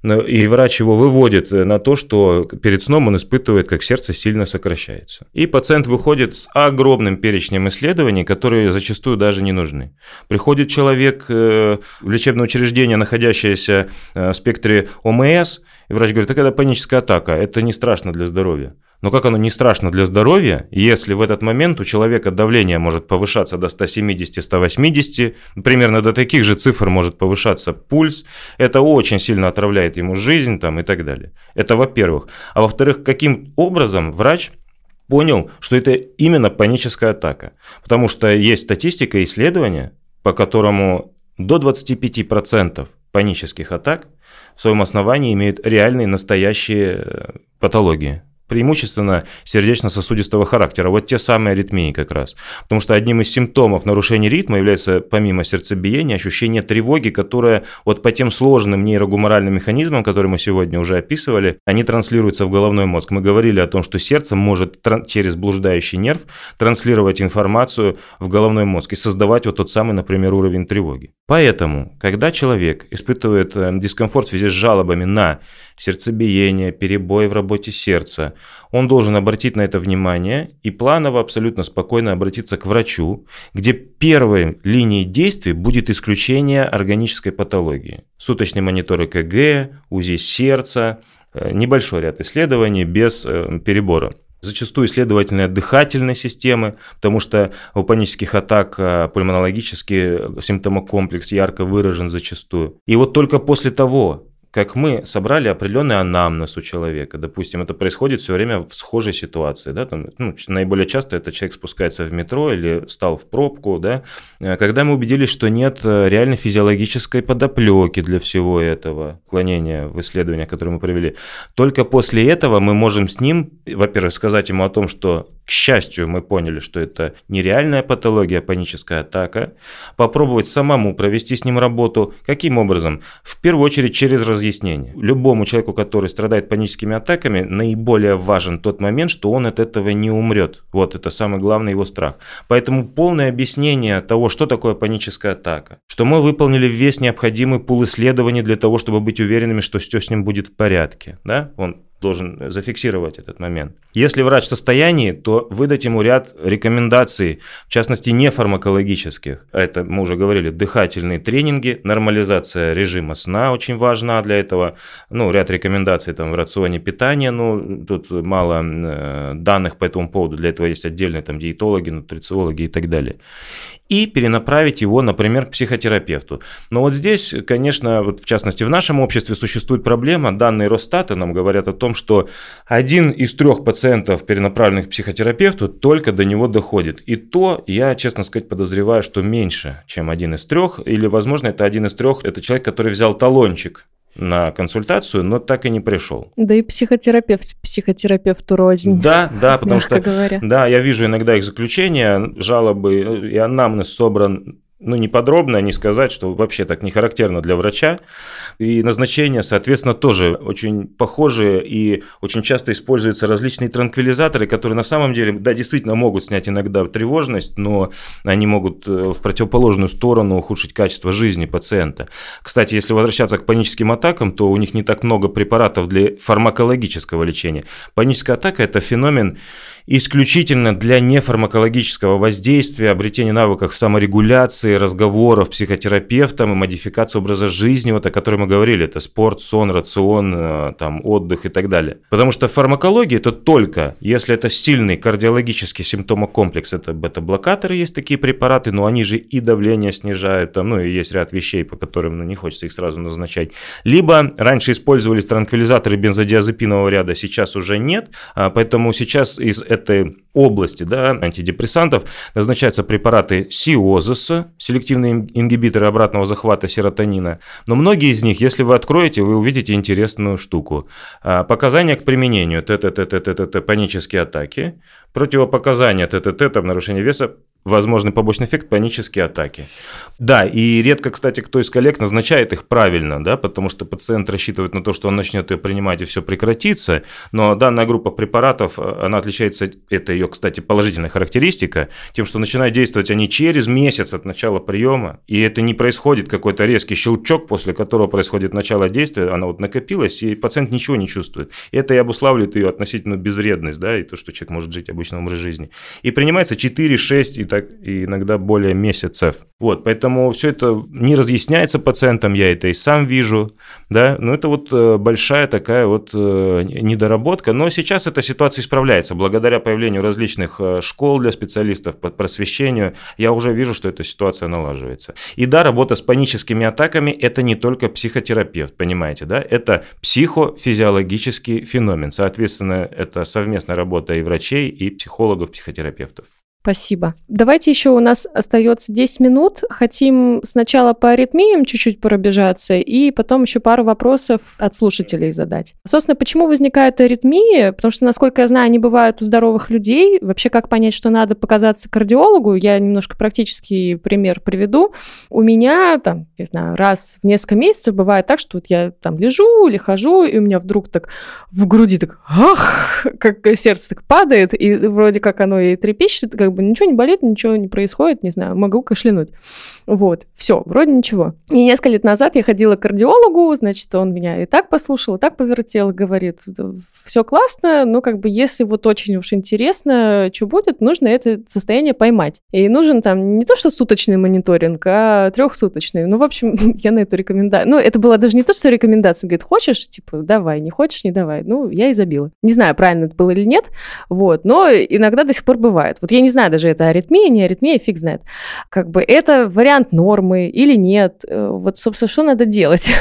и врач его выводит на то, что перед сном он испытывает, как сердце сильно сокращается. И пациент выходит с огромным перечнем исследований, которые зачастую даже не нужны. Приходит человек в лечебное учреждение, находящееся в спектре ОМС, и врач говорит, это паническая атака, это не страшно для здоровья. Но как оно не страшно для здоровья, если в этот момент у человека давление может повышаться до 170-180, примерно до таких же цифр может повышаться пульс, это очень сильно отравляет ему жизнь там, и так далее. Это во-первых. А во-вторых, каким образом врач понял, что это именно паническая атака? Потому что есть статистика и исследования, по которому до 25% панических атак в своем основании имеют реальные настоящие патологии. Преимущественно сердечно-сосудистого характера, вот те самые аритмии как раз. Потому что одним из симптомов нарушения ритма является, помимо сердцебиения, ощущение тревоги, которое вот по тем сложным нейрогуморальным механизмам, которые мы сегодня уже описывали, они транслируются в головной мозг. Мы говорили о том, что сердце может через блуждающий нерв транслировать информацию в головной мозг и создавать вот тот самый, например, уровень тревоги. Поэтому, когда человек испытывает дискомфорт в связи с жалобами на сердцебиение, перебои в работе сердца, он должен обратить на это внимание и планово, абсолютно спокойно обратиться к врачу, где первой линией действий будет исключение органической патологии. Суточный монитор ЭКГ, УЗИ сердца, небольшой ряд исследований без перебора. Зачастую исследовательные дыхательной системы, потому что у панических атак пульмонологический симптомокомплекс ярко выражен зачастую. И вот только после того, как мы собрали определенный анамнез у человека. Допустим, это происходит все время в схожей ситуации. Да? Там, наиболее часто это человек спускается в метро или встал в пробку. Да? Когда мы убедились, что нет реально физиологической подоплеки для всего этого уклонения в исследованиях, которые мы провели, только после этого мы можем с ним, во-первых, сказать ему о том, что, к счастью, мы поняли, что это нереальная патология, паническая атака, попробовать самому провести с ним работу. Каким образом? В первую очередь через разъяснение. Любому человеку, который страдает паническими атаками, наиболее важен тот момент, что он от этого не умрет. Вот это самый главный его страх. Поэтому полное объяснение того, что такое паническая атака, что мы выполнили весь необходимый пул исследований для того, чтобы быть уверенными, что все с ним будет в порядке. Да? Он должен зафиксировать этот момент. Если врач в состоянии, то выдать ему ряд рекомендаций, в частности, не фармакологических. Это, мы уже говорили, дыхательные тренинги, нормализация режима сна очень важна для этого. Ряд рекомендаций там, в рационе питания, тут мало данных по этому поводу. Для этого есть отдельные там, диетологи, нутрициологи и так далее. И перенаправить его, например, к психотерапевту. Но вот здесь, конечно, вот в частности в нашем обществе существует проблема. Данные Росстата нам говорят о том, что 1 из 3 пациентов, перенаправленных к психотерапевту, только до него доходит. И то, я, честно сказать, подозреваю, что меньше, чем 1 из 3. Или, возможно, это 1 из 3, это человек, который взял талончик на консультацию, но так и не пришел. Да и психотерапевту рознь. Да, потому что говоря. Да, я вижу иногда их заключения, жалобы, и анамнез собран. Не подробно, не сказать, что вообще так не характерно для врача. И назначения, соответственно, тоже очень похожие, и очень часто используются различные транквилизаторы, которые на самом деле, да, действительно могут снять иногда тревожность, но они могут в противоположную сторону ухудшить качество жизни пациента. Кстати, если возвращаться к паническим атакам, то у них не так много препаратов для фармакологического лечения. Паническая атака – это феномен исключительно для нефармакологического воздействия, обретения навыков саморегуляции, разговоров с психотерапевтом и модификации образа жизни, вот о которой мы говорили, это спорт, сон, рацион, там, отдых и так далее. Потому что фармакология – это только, если это сильный кардиологический симптомокомплекс, это бета-блокаторы, есть такие препараты, но они же и давление снижают, там, и есть ряд вещей, по которым не хочется их сразу назначать. Либо раньше использовались транквилизаторы бензодиазепинового ряда, сейчас уже нет, поэтому сейчас из этой области, да, антидепрессантов назначаются препараты сиозиса, селективные ингибиторы обратного захвата серотонина. Но многие из них, если вы откроете, вы увидите интересную штуку. Показания к применению ТТ, панические атаки, противопоказания ТТ, там, нарушение веса, возможный побочный эффект панические атаки. Да, и редко, кстати, кто из коллег назначает их правильно, да, потому что пациент рассчитывает на то, что он начнет ее принимать и все прекратится, но данная группа препаратов, она отличается, это ее, кстати, положительная характеристика, тем, что начинают действовать они через месяц от начала приема, и это не происходит какой-то резкий щелчок, после которого происходит начало действия, она вот накопилась, и пациент ничего не чувствует. И это и обуславливает ее относительную безвредность, да, и то, что человек может жить обычным образом жизни. И принимается 4, 6 и иногда более месяцев. Вот, поэтому все это не разъясняется пациентам, я это и сам вижу, да, но это вот большая такая вот недоработка, но сейчас эта ситуация исправляется, благодаря появлению различных школ для специалистов по просвещению, я уже вижу, что эта ситуация налаживается. И да, работа с паническими атаками – это не только психотерапевт, понимаете, да, это психофизиологический феномен, соответственно, это совместная работа и врачей, и психологов, психотерапевтов. Спасибо. Давайте еще, у нас остается 10 минут. Хотим сначала по аритмиям чуть-чуть пробежаться, и потом еще пару вопросов от слушателей задать. Собственно, почему возникают аритмии? Потому что, насколько я знаю, они бывают у здоровых людей. Вообще, как понять, что надо показаться кардиологу? Я немножко практический пример приведу. У меня, там, не знаю, раз в несколько месяцев бывает так, что вот я там лежу или хожу, и у меня вдруг так в груди так, ах, как сердце так падает, и вроде как оно и трепещет, как бы ничего не болит, ничего не происходит, не знаю, могу кашлянуть. Вот, все, вроде ничего. И несколько лет назад я ходила к кардиологу, значит, он меня и так послушал, и так повертел, говорит, все классно, но как бы если вот очень уж интересно, что будет, нужно это состояние поймать. И нужен там не то, что суточный мониторинг, а 3-суточный. Ну, в общем, я на эту рекомендацию... Ну, это была даже не то, что рекомендация, говорит, хочешь, типа, давай, не хочешь, не давай. Ну, я и забила. Не знаю, правильно это было или нет, вот, но иногда до сих пор бывает. Вот я не знаю, даже это аритмия, не аритмия, фиг знает. Как бы это вариант нормы или нет. Вот, собственно, что надо делать?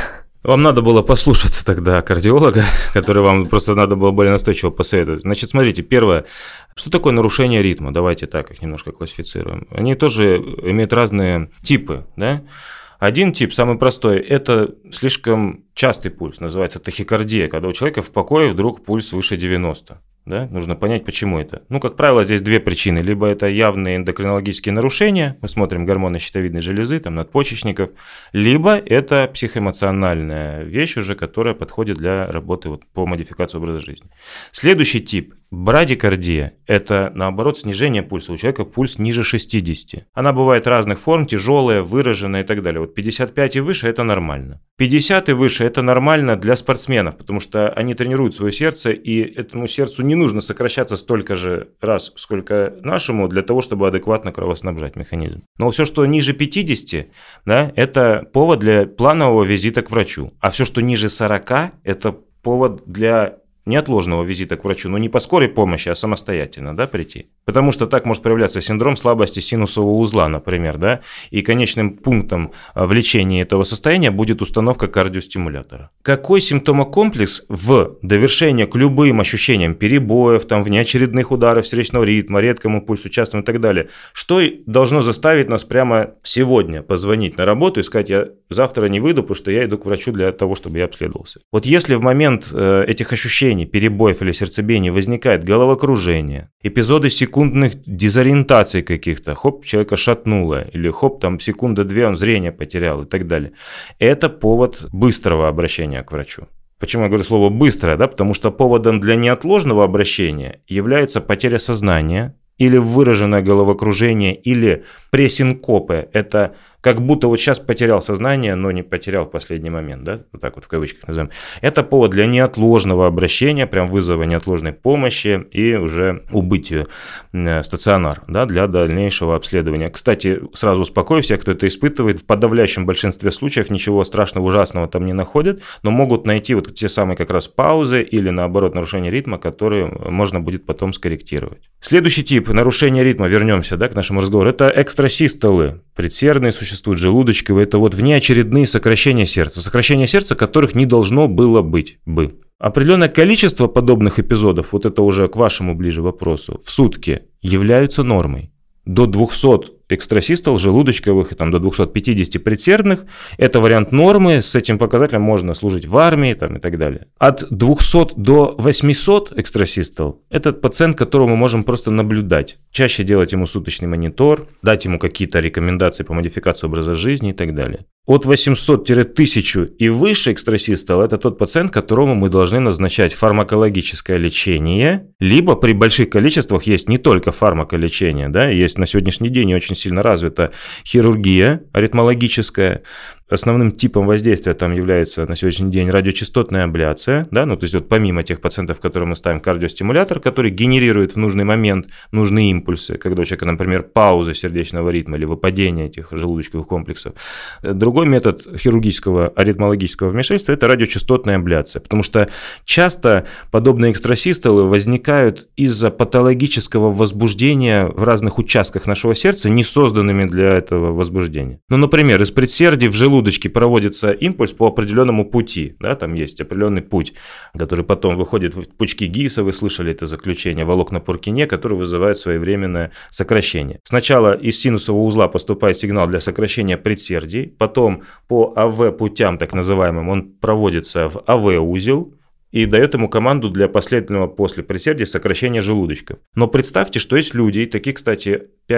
Вам надо было послушаться тогда кардиолога, который вам просто надо было более настойчиво посоветовать. Значит, смотрите, первое, что такое нарушение ритма? Давайте так их немножко классифицируем. Они тоже имеют разные типы, да? Один тип, самый простой, это слишком частый пульс, называется тахикардия, когда у человека в покое вдруг пульс выше 90. Да? Нужно понять, почему это. Как правило, здесь две причины. Либо это явные эндокринологические нарушения, мы смотрим гормоны щитовидной железы, надпочечников, либо это психоэмоциональная вещь уже, которая подходит для работы по модификации образа жизни. Следующий тип – брадикардия. Это, наоборот, снижение пульса. У человека пульс ниже 60. Она бывает разных форм, тяжелая, выраженная и так далее. 55 и выше – это нормально. 50 и выше – это нормально для спортсменов, потому что они тренируют свое сердце, и этому сердцу не нужно сокращаться столько же раз, сколько нашему, для того, чтобы адекватно кровоснабжать механизм. Но все, что ниже 50, да, это повод для планового визита к врачу. А все, что ниже 40, это повод для неотложного визита к врачу, но не по скорой помощи, а самостоятельно, да, прийти. Потому что так может проявляться синдром слабости синусового узла, например, да, и конечным пунктом в лечении этого состояния будет установка кардиостимулятора. Какой симптомокомплекс в довершение к любым ощущениям перебоев, внеочередных ударов сердечного ритма, редкому пульсу, частому и так далее, что должно заставить нас прямо сегодня позвонить на работу и сказать: я завтра не выйду, потому что я иду к врачу для того, чтобы я обследовался. Если в момент этих ощущений, перебоев или сердцебиений возникает головокружение, эпизоды секундных дезориентаций каких-то, человека шатнуло, или секунда-две он зрение потерял и так далее, это повод быстрого обращения к врачу. Почему я говорю слово «быстрое»? Да? Потому что поводом для неотложного обращения является потеря сознания, или выраженное головокружение, или пресинкопы. Это как будто сейчас потерял сознание, но не потерял в последний момент, да, в кавычках назовем. Это повод для неотложного обращения, прям вызова неотложной помощи и уже убытию в стационар, да, для дальнейшего обследования. Кстати, сразу успокою всех, кто это испытывает, в подавляющем большинстве случаев ничего страшного, ужасного там не находят, но могут найти те самые как раз паузы или, наоборот, нарушение ритма, которые можно будет потом скорректировать. Следующий тип нарушения ритма, вернемся, да, к нашему разговору, это экстрасистолы, предсердные существуют, желудочковые, это внеочередные сокращения сердца, которых не должно было быть бы. Определенное количество подобных эпизодов, это уже к вашему ближе вопросу, в сутки являются нормой. До 200 экстрасистол желудочковых и до 250 предсердных – это вариант нормы, с этим показателем можно служить в армии и так далее. От 200 до 800 экстрасистол – это пациент, которого мы можем просто наблюдать. Чаще делать ему суточный монитор, дать ему какие-то рекомендации по модификации образа жизни и так далее. От 800-1000 и выше экстрасистол – это тот пациент, которому мы должны назначать фармакологическое лечение, либо при больших количествах есть не только фармаколечение, да, есть на сегодняшний день очень сильно развита хирургия аритмологическая. Основным типом воздействия там является на сегодняшний день радиочастотная абляция, да, то есть помимо тех пациентов, которым мы ставим кардиостимулятор, который генерирует в нужный момент нужные импульсы, когда у человека, например, пауза сердечного ритма или выпадение этих желудочковых комплексов. Другой метод хирургического аритмологического вмешательства – это радиочастотная абляция, потому что часто подобные экстрасистолы возникают из-за патологического возбуждения в разных участках нашего сердца, не созданными для этого возбуждения. Например, из предсердий в желудочке проводится импульс по определенному пути, да, там есть определенный путь, который потом выходит в пучки Гисса, вы слышали это заключение, волокна Пуркине, который вызывает своевременное сокращение. Сначала из синусового узла поступает сигнал для сокращения предсердий, потом по АВ-путям, так называемым, он проводится в АВ-узел, и дает ему команду для последовательного после предсердий сокращения желудочков. Но представьте, что есть люди, и таких, кстати,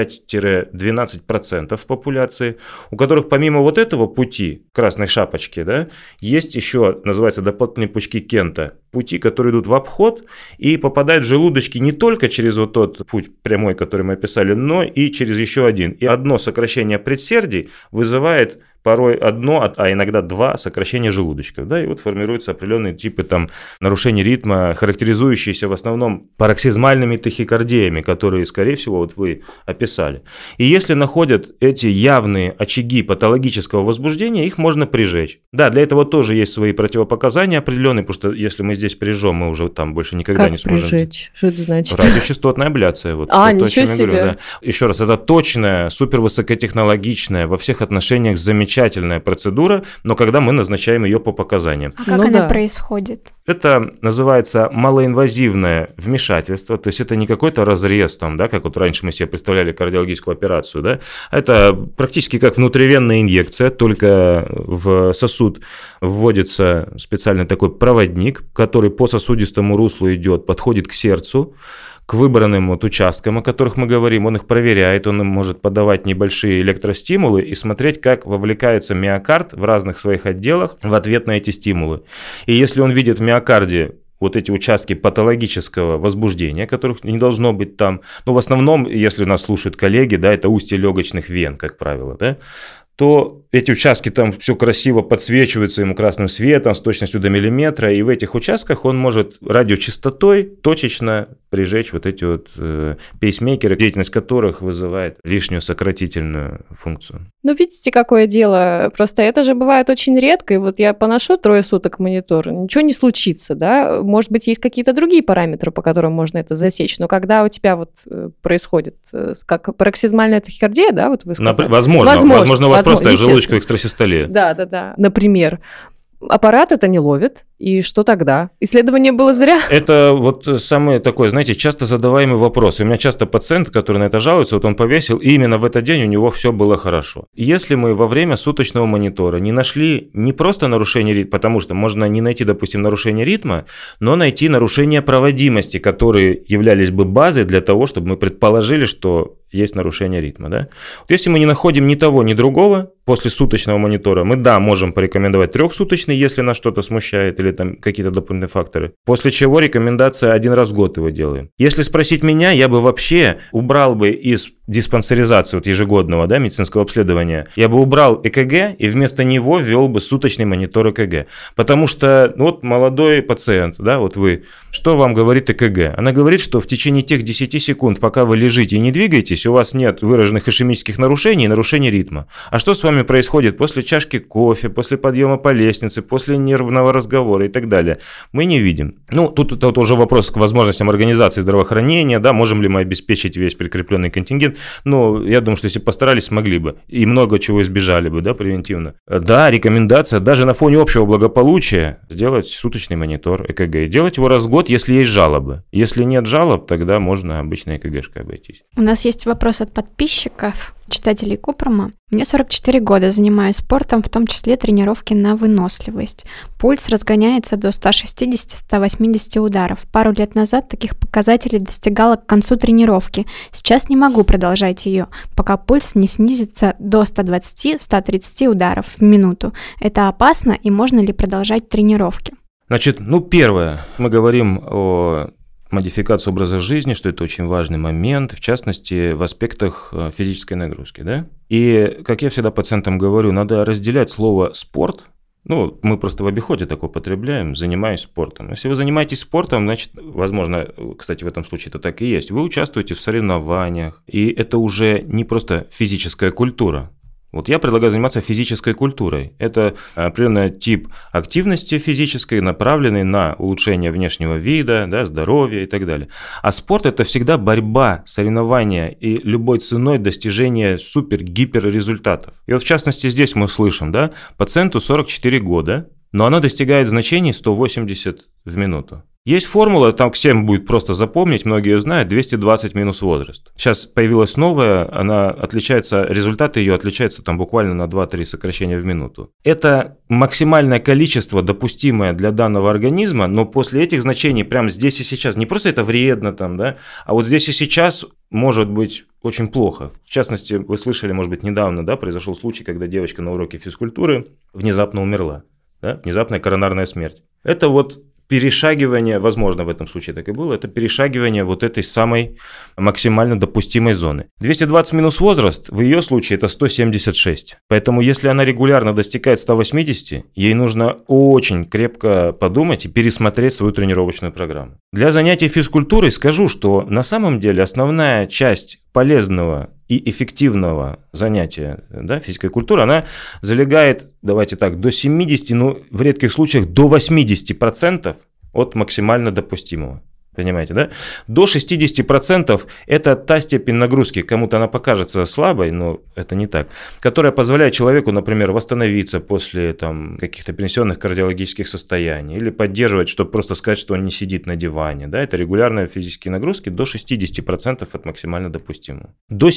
5-12% в популяции, у которых помимо этого пути, красной шапочки, да, есть еще, называется, дополнительные пучки Кента, пути, которые идут в обход и попадают в желудочки не только через тот путь прямой, который мы описали, но и через еще один. И одно сокращение предсердий вызывает порой одно, а иногда два сокращения желудочков, да, и формируются определенные типы нарушений ритма, характеризующиеся в основном пароксизмальными тахикардиями, которые, скорее всего, вы описали. И если находят эти явные очаги патологического возбуждения, их можно прижечь. Да, для этого тоже есть свои противопоказания определенные, потому что если мы здесь прижжем, мы уже там больше никогда как не сможем. Как прижечь? Что это значит? Радиочастотная абляция. Ничего себе. Говорю, да. Еще раз, это точная, супервысокотехнологичная, во всех отношениях замечательная тщательная процедура, но когда мы назначаем ее по показаниям. А как она происходит? Это называется малоинвазивное вмешательство, то есть это не какой-то разрез, там, да, как вот раньше мы себе представляли кардиологическую операцию, да? Это практически как внутривенная инъекция, только в сосуд вводится специальный такой проводник, который по сосудистому руслу идет, подходит к сердцу, к выбранным вот участкам, о которых мы говорим, он их проверяет, он им может подавать небольшие электростимулы и смотреть, как вовлекается миокард в разных своих отделах в ответ на эти стимулы. И если он видит в миокарде вот эти участки патологического возбуждения, которых не должно быть там, но в основном, если нас слушают коллеги, да, это устье легочных вен, как правило, да, то эти участки там все красиво подсвечиваются ему красным светом с точностью до миллиметра, и в этих участках он может радиочастотой точечно прижечь вот эти вот пейсмейкеры, деятельность которых вызывает лишнюю сократительную функцию. Ну, видите, какое дело. Просто это же бывает очень редко, и вот я поношу 3 суток монитор, ничего не случится, да? Может быть, есть какие-то другие параметры, по которым можно это засечь, но когда у тебя вот происходит, как пароксизмальная тахикардия, да, вот вы сказали? Возможно, у вас просто желудочковая экстрасистолия. Да. Например, аппарат это не ловит, и что тогда? Исследование было зря? Это вот самый такой, знаете, часто задаваемый вопрос. У меня часто пациент, который на это жалуется, вот он повесил, и именно в этот день у него все было хорошо. Если мы во время суточного монитора не нашли не просто нарушение ритма, потому что можно не найти, допустим, нарушение ритма, но найти нарушение проводимости, которые являлись бы базой для того, чтобы мы предположили, что есть нарушение ритма. Да? Вот если мы не находим ни того, ни другого после суточного монитора, мы, да, можем порекомендовать 3-суточный, если нас что-то смущает или там какие-то дополнительные факторы, после чего рекомендация 1 раз в год его делаем. Если спросить меня, я бы вообще убрал бы из диспансеризации вот ежегодного, да, медицинского обследования, я бы убрал ЭКГ и вместо него ввел бы суточный монитор ЭКГ. Потому что вот молодой пациент, да, вот вы, что вам говорит ЭКГ? Она говорит, что в течение тех 10 секунд, пока вы лежите и не двигаетесь, у вас нет выраженных ишемических нарушений и нарушений ритма. А что с вами происходит после чашки кофе, после подъема по лестнице, после нервного разговора и так далее? Мы не видим. Ну, тут это уже вопрос к возможностям организации здравоохранения, да, можем ли мы обеспечить весь прикрепленный контингент. Но я думаю, что если постарались, смогли бы. И много чего избежали бы, да, превентивно. Да, рекомендация даже на фоне общего благополучия сделать суточный монитор ЭКГ. И делать его раз в год, если есть жалобы. Если нет жалоб, тогда можно обычной ЭКГшкой обойтись. У нас есть вопрос от подписчиков, читателей Купрома. Мне 44 года, занимаюсь спортом, в том числе тренировки на выносливость. Пульс разгоняется до 160-180 ударов. Пару лет назад таких показателей достигала к концу тренировки. Сейчас не могу продолжать ее, пока пульс не снизится до 120-130 ударов в минуту. Это опасно, и можно ли продолжать тренировки? Значит, первое, мы говорим о модификации образа жизни, что это очень важный момент, в частности, в аспектах физической нагрузки, да? И, как я всегда пациентам говорю, надо разделять слово «спорт». Мы просто в обиходе так употребляем, занимаюсь спортом. Если вы занимаетесь спортом, значит, возможно, кстати, в этом случае это так и есть, вы участвуете в соревнованиях, и это уже не просто физическая культура. Вот я предлагаю заниматься физической культурой. Это определенный тип активности физической, направленный на улучшение внешнего вида, да, здоровья и так далее. А спорт – это всегда борьба, соревнования и любой ценой достижение супер-гипер результатов. И вот в частности здесь мы слышим, да, пациенту 44 года, но она достигает значений 180 в минуту. Есть формула, там всем будет просто запомнить, многие ее знают, 220 минус возраст. Сейчас появилась новая, она отличается, результаты ее отличаются там буквально на 2-3 сокращения в минуту. Это максимальное количество, допустимое для данного организма, но после этих значений прямо здесь и сейчас, не просто это вредно там, да, а вот здесь и сейчас может быть очень плохо. В частности, вы слышали, может быть, недавно, да, произошел случай, когда девочка на уроке физкультуры внезапно умерла, да, внезапная коронарная смерть. Это вот перешагивание, возможно, в этом случае так и было, это перешагивание вот этой самой максимально допустимой зоны. 220 минус возраст, в ее случае это 176. Поэтому, если она регулярно достигает 180, ей нужно очень крепко подумать и пересмотреть свою тренировочную программу. Для занятий физкультурой скажу, что на самом деле основная часть полезного и эффективного занятия, да, физической культуры, она залегает, давайте так, до 70, в редких случаях до 80% от максимально допустимого. Понимаете, да? До 60% это та степень нагрузки, кому-то она покажется слабой, но это не так, которая позволяет человеку, например, восстановиться после каких-то перенесенных кардиологических состояний или поддерживать, чтобы просто сказать, что он не сидит на диване. Да? Это регулярные физические нагрузки до 60% от максимально допустимого. До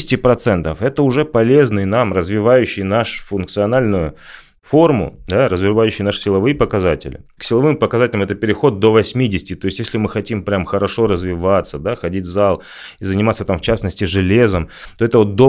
70% это уже полезный нам, развивающий нашу функциональную форму, да, развивающий наши силовые показатели. К силовым показателям это переход до 80, то есть если мы хотим прям хорошо развиваться, да, ходить в зал и заниматься в частности железом, то это до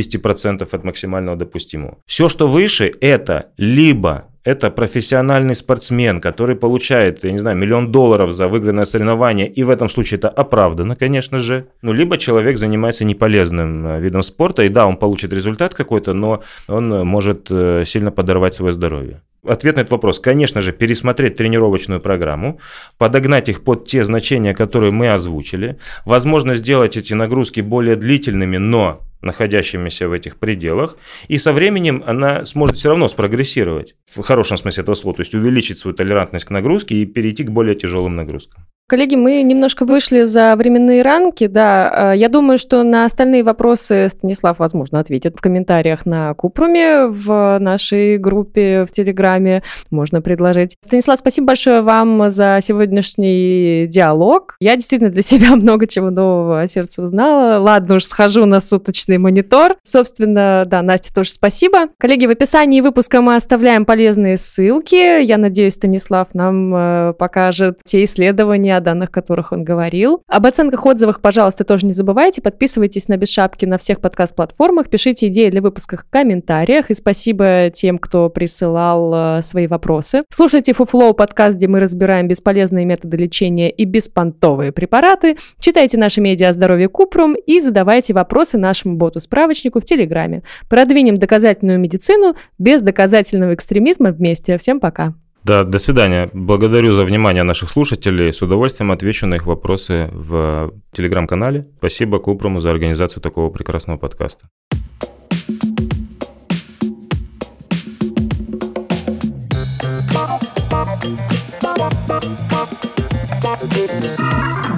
80% от максимального допустимого. Все, что выше, это либо это профессиональный спортсмен, который получает, $1 миллион за выигранное соревнование, и в этом случае это оправдано, конечно же. Либо человек занимается неполезным видом спорта, и да, он получит результат какой-то, но он может сильно подорвать свое здоровье. Ответ на этот вопрос, конечно же, пересмотреть тренировочную программу, подогнать их под те значения, которые мы озвучили, возможно, сделать эти нагрузки более длительными, но находящимися в этих пределах, и со временем она сможет все равно спрогрессировать, в хорошем смысле этого слова, то есть увеличить свою толерантность к нагрузке и перейти к более тяжелым нагрузкам. Коллеги, мы немножко вышли за временные рамки, да. Я думаю, что на остальные вопросы Станислав, возможно, ответит в комментариях на Купруме, в нашей группе в Телеграме. Можно предложить. Станислав, спасибо большое вам за сегодняшний диалог. Я действительно для себя много чего нового о сердце узнала. Ладно уж, схожу на суточный монитор. Собственно, да, Настя, тоже спасибо. Коллеги, в описании выпуска мы оставляем полезные ссылки. Я надеюсь, Станислав нам покажет те исследования, о данных которых он говорил. Об оценках, отзывах, пожалуйста, тоже не забывайте. Подписывайтесь на Без Шапки на всех подкаст-платформах, пишите идеи для выпусков в комментариях. И спасибо тем, кто присылал свои вопросы. Слушайте Фуфлоу подкаст, где мы разбираем бесполезные методы лечения и беспонтовые препараты. Читайте наши медиа о здоровье Купрум и задавайте вопросы нашему боту-справочнику в Телеграме. Продвинем доказательную медицину без доказательного экстремизма вместе. Всем пока. Да, до свидания. Благодарю за внимание наших слушателей. С удовольствием отвечу на их вопросы в Телеграм-канале. Спасибо Купруму за организацию такого прекрасного подкаста. Thank you.